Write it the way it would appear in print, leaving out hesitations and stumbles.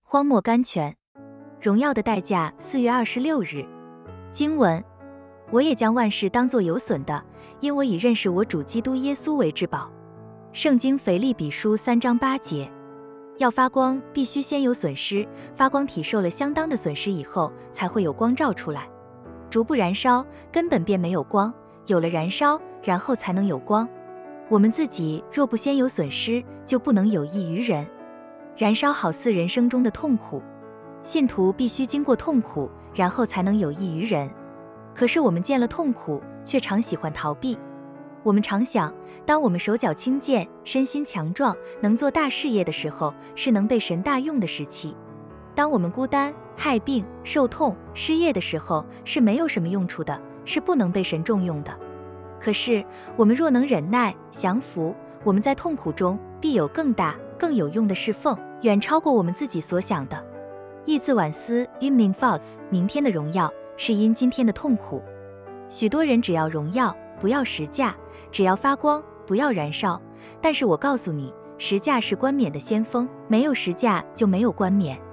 荒漠甘泉。荣耀的代价，4月26日。经文：我也将万事当作有损的，因我以认识我主基督耶稣为至宝。圣经腓立比书3章8节。要发光，必须先有损失，发光体受了相当的损失以后，才会有光照出来。烛不燃烧，根本便没有光，有了燃烧，然后才能有光。我们自己若不先有损失，就不能有益于人。燃烧好似人生中的痛苦，信徒必须经过痛苦，然后才能有益于人。可是我们见了痛苦，却常喜欢逃避。我们常想，当我们手脚轻健，身心强壮，能做大事业的时候，是能被神大用的时期。当我们孤单、害病、受痛、失业的时候，是没有什么用处的，是不能被神重用的。可是我们若能忍耐、降服，我们在痛苦中必有更大、更有用的侍奉，远超过我们自己所想的。易自晚思 Evening Thoughts， 明天的荣耀是因今天的痛苦。许多人只要荣耀，不要实价，只要发光，不要燃烧。但是我告诉你，实价是冠冕的先锋，没有实价就没有冠冕。